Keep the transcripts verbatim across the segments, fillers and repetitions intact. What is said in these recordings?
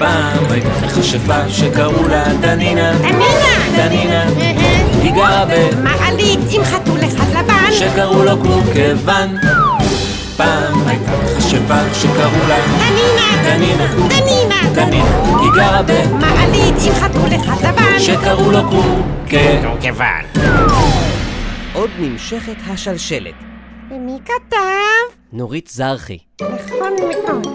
פעם הייתה מכשפה שקראו לה תנינה. תנינה! תנינה! היא גרה במעלית עם חתול אחד לבן שקראו לו קורקוון. פעם הייתה מכשפה שקראו לה תנינה! תנינה! תנינה! תנינה! היא גרה במעלית עם חתול אחד לבן שקראו לו קורקוון. עוד נמשכת השלשלת. ומי כתב? נורית זרחי. נכון מאוד.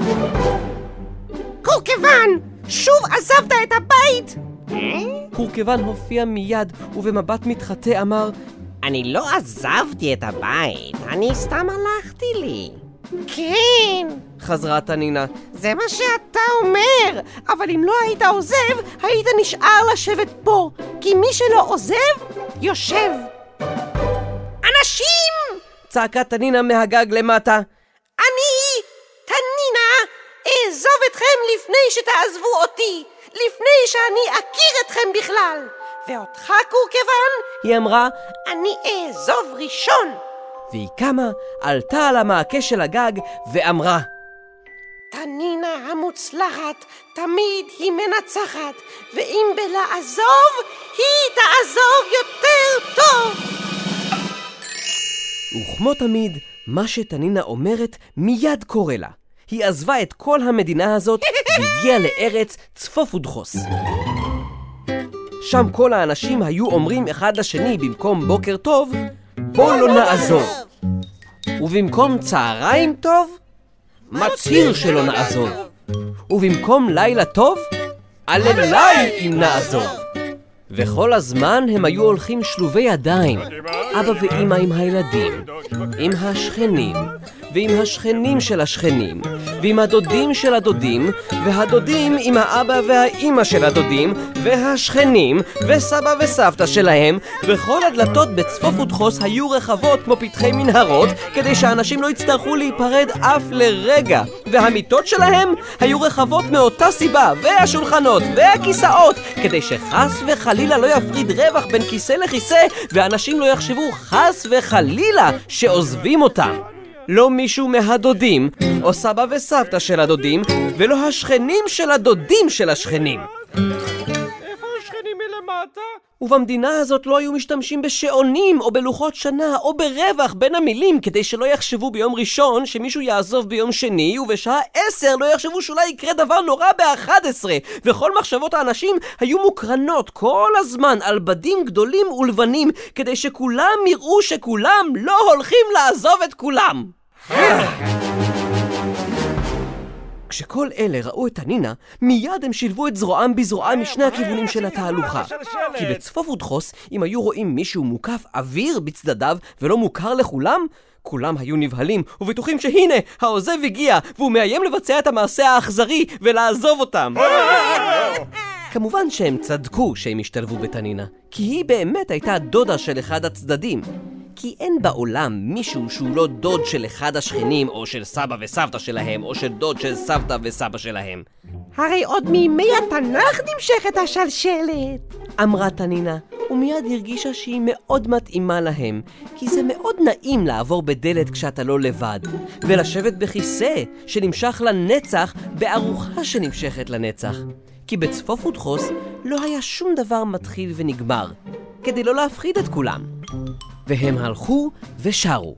קורקוון! שוב עזבת את הבית! קורקוון הופיע מיד ובמבט מתחטא אמר, אני לא עזבתי את הבית, אני סתם הלכתי לי. כן, חזרה תנינה. זה מה שאתה אומר, אבל אם לא היית עוזב, היית נשאר לשבת פה, כי מי שלא עוזב, יושב. אנשים! צעקה תנינה מהגג למטה. אני, תנינה, אעזוב אתכם לפני שתעזבו אותי, לפני שאני אכיר אתכם בכלל. ואותך קורקוון, היא אמרה, אני אעזוב ראשון. והיא קמה, עלתה על המעקה של הגג ואמרה, תנינה המוצלחת תמיד היא מנצחת, ואם בלעזוב, היא תעזוב יותר טוב. וכמו תמיד, מה שתנינה אומרת מיד קורה לה. היא עזבה את כל המדינה הזאת והגיעה לארץ צפוף ודחוס. שם כל האנשים היו אומרים אחד לשני במקום בוקר טוב, בוא לא נעזוב. ובמקום צהריים טוב, מצהיר שלא נעזוב. ובמקום לילה טוב, הללי אם נעזוב. וכל הזמן הם היו הולכים שלובי ידיים, אבא ואמא עם הילדים, עם השכנים, ועם השכנים של השכנים, ועם הדודים של הדודים, והדודים עם האבא והאמא של הדודים, והשכנים, וסבא וסבתא שלהם, וכל הדלתות בצפוף ודחוס היו רחבות כמו פתחי מנהרות, כדי שאנשים לא יצטרכו להיפרד אף לרגע, והמיטות שלהם היו רחבות מאותה סיבה, והשולחנות, והכיסאות, כדי שחס וחלילה לא יפריד רווח בין כיסא לכיסא, ואנשים לא יחשבו חס וחלילה שעוזבים אותם. לא מישהו מהדודים, או סבא וסבתא של הדודים, ולא השכנים של הדודים של השכנים. איפה השכנים מלמטה? ובמדינה הזאת לא היו משתמשים בשעונים, או בלוחות שנה, או ברווח בין המילים, כדי שלא יחשבו ביום ראשון שמישהו יעזוב ביום שני, ובשעה עשר לא יחשבו שאולי יקרה דבר נורא באחד עשרה, וכל מחשבות האנשים היו מוקרנות כל הזמן על בדים גדולים ולבנים, כדי שכולם יראו שכולם לא הולכים לעזוב את כולם. כשכל אלה ראו את תנינה, מיד הם שילבו את זרועם בזרועם משני הכיוונים של התהלוכה. כי בצפוף ודחוס, אם היו רואים מישהו מוקף אוויר בצדדיו ולא מוכר לכולם, כולם היו נבהלים ובטוחים שהנה, העוזב הגיע, והוא מאיים לבצע את המעשה האכזרי ולעזוב אותם. כמובן שהם צדקו שהם השתלבו בתנינה, כי היא באמת הייתה דודה של אחד הצדדים. כי אין בעולם מישהו שהוא לא דוד של אחד השכנים, או של סבא וסבתא שלהם, או של דוד של סבתא וסבא שלהם. הרי עוד מימי התנ"ך נמשכת השלשלת, אמרה תנינה, ומיד הרגישה שהיא מאוד מתאימה להם, כי זה מאוד נעים לעבור בדלת כשאתה לא לבד, ולשבת בכיסא שנמשך לנצח בארוחה שנמשכת לנצח. כי בצפוף ודחוס לא היה שום דבר מתחיל ונגמר, כדי לא להפחיד את כולם. והם הלכו ושרו.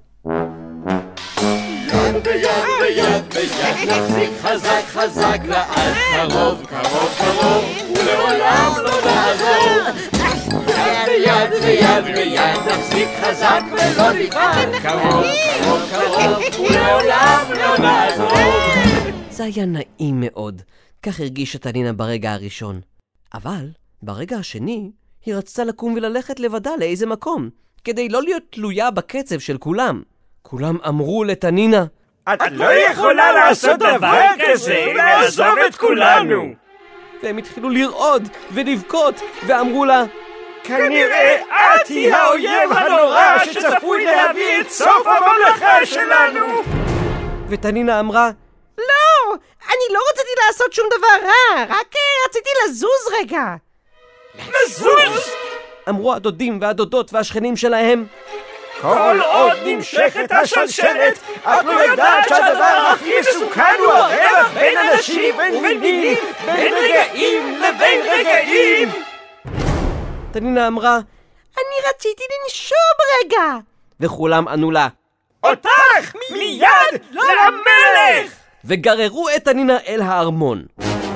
יד ביד ביד ביד נחזיק חזק חזק לעד, קרוב קרוב קרוב ולעולם לא נעזוב. יד ביד ביד ביד נחזיק חזק ולא נפרד, קרוב קרוב קרוב ולעולם לא נעזוב. זה היה נעים מאוד, כך הרגישה תנינה ברגע הראשון. אבל ברגע השני היא רצתה לקום וללכת לבדה לאיזה מקום, כדי לא להיות תלויה בקצב של כולם. כולם אמרו לתנינה, את לא יכולה לעשות דבר כזה, לעזוב את כולנו. והם התחילו לרעוד ולבכות ואמרו לה, כנראה את היא האויב הנורא שצפוי להביא את סוף הממלכה שלנו. ותנינה אמרה, לא, אני לא רציתי לעשות שום דבר רע, רק רציתי לזוז רגע. לזוז? אמרו הדודים והדודות והשכנים שלהם. כל עוד נמשכת השלשלת, את לא יודעת שהדבר הכי מסוכן הוא הרווח בין נשי ומיני, בין רגעים לבין רגעים. תנינה אמרה, אני רציתי לנשום רגע. וכולם ענו לה, אותך מיד למלך! וגררו את תנינה אל הארמון.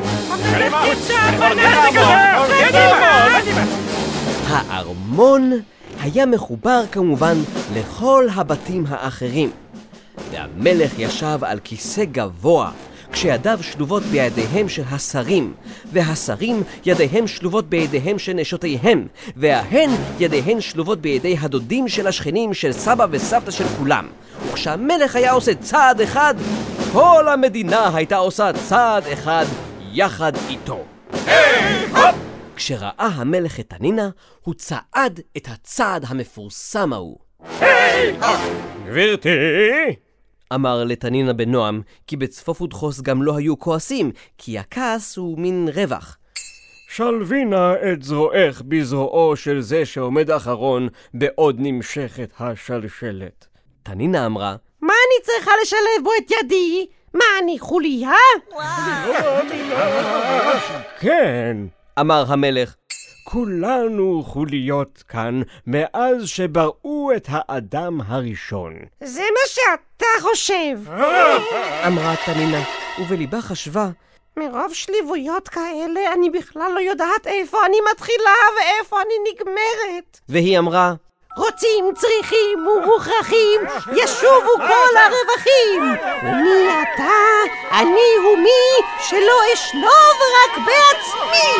הארמון היה מחובר כמובן לכל הבתים האחרים, והמלך ישב על כיסא גבוה, כשידיו שלובות בידיהם של השרים, והשרים ידיהם שלובות בידיהם של נשותיהם, וההן ידיהן שלובות בידי הדודים של השכנים של סבא וסבתא של כולם. וכשהמלך היה עושה צעד אחד, כל המדינה הייתה עושה צעד אחד יחד איתו. כשראה המלך את תנינה, הוא צעד את הצעד המפורסם ההוא. גברתי, אמר לתנינה בנועם, כי בצפוף ודחוס גם לא היו כועסים, כי הכעס הוא מין רווח. שלבינה את זרועך בזרועו של זה שעומד אחרון, בעוד נמשכת השלשלת. תנינה אמרה, מה אני צריכה לשלב בו את ידי? מה, אני חוליה? כן, אמר המלך, כולנו חוליות כאן מאז שבראו את האדם הראשון. זה מה שאתה חושב. אמרה תנינה, ובליבה חשבה, מרוב שליבויות כאלה אני בכלל לא יודעת איפה אני מתחילה ואיפה אני נגמרת. והיא אמרה, רוצים, צריכים ומוכרחים, ישובו כל הרווחים. ומי אתה? אני הוא מי שלא אשלוב רק בעצמי.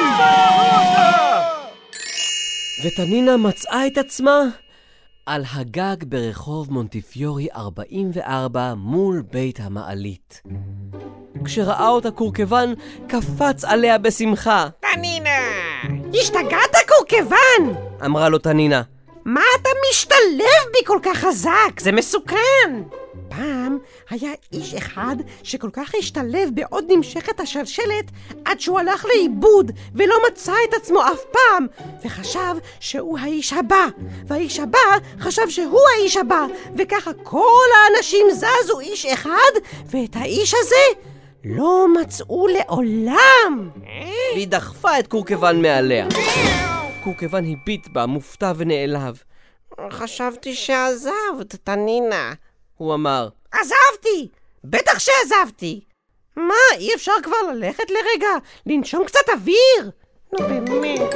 ותנינה מצאה את עצמה על הגג ברחוב מונטיפיורי ארבעים וארבע מול בית המעלית. כשראה אותה קורקבן, קפץ עליה בשמחה. תנינה! השתגעת קורקבן! אמרה לו תנינה, מה אתה משתלב בי כל כך חזק? זה מסוכן! פעם היה איש אחד שכל כך השתלב בעוד נמשכת השלשלת עד שהוא הלך לאיבוד ולא מצא את עצמו אף פעם וחשב שהוא האיש הבא, והאיש הבא חשב שהוא האיש הבא, וככה כל האנשים זזו איש אחד ואת האיש הזה לא מצאו לעולם. והיא דחפה את קורקבן מעליה. קורקבן הביט בה מופתע ונעלב. חשבתי שעזבת, תנינה. הוא אמר, עזבתי! בטח שעזבתי! מה, אי אפשר כבר ללכת לרגע? לנשום קצת אוויר? נו באמת.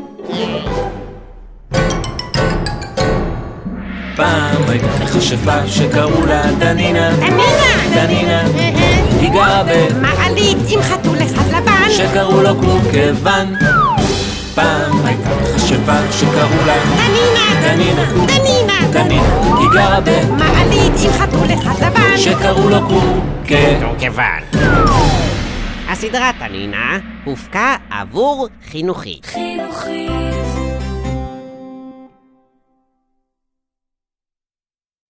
פעם הייתה מכשפה שקראו לה תנינה. תנינה! תנינה. היא גרה במעלית עם חתול אחד לבן שקראו לו קורקבן. פעם הייתה מכשפה שקראו לה תנינה! תנינה. תנינה! תנינה. היא גרה במעלית עם חתול אחד לבן שקראו לו קורקבן. הסדרה תנינה הופקה עבור חינוכית. חינוכית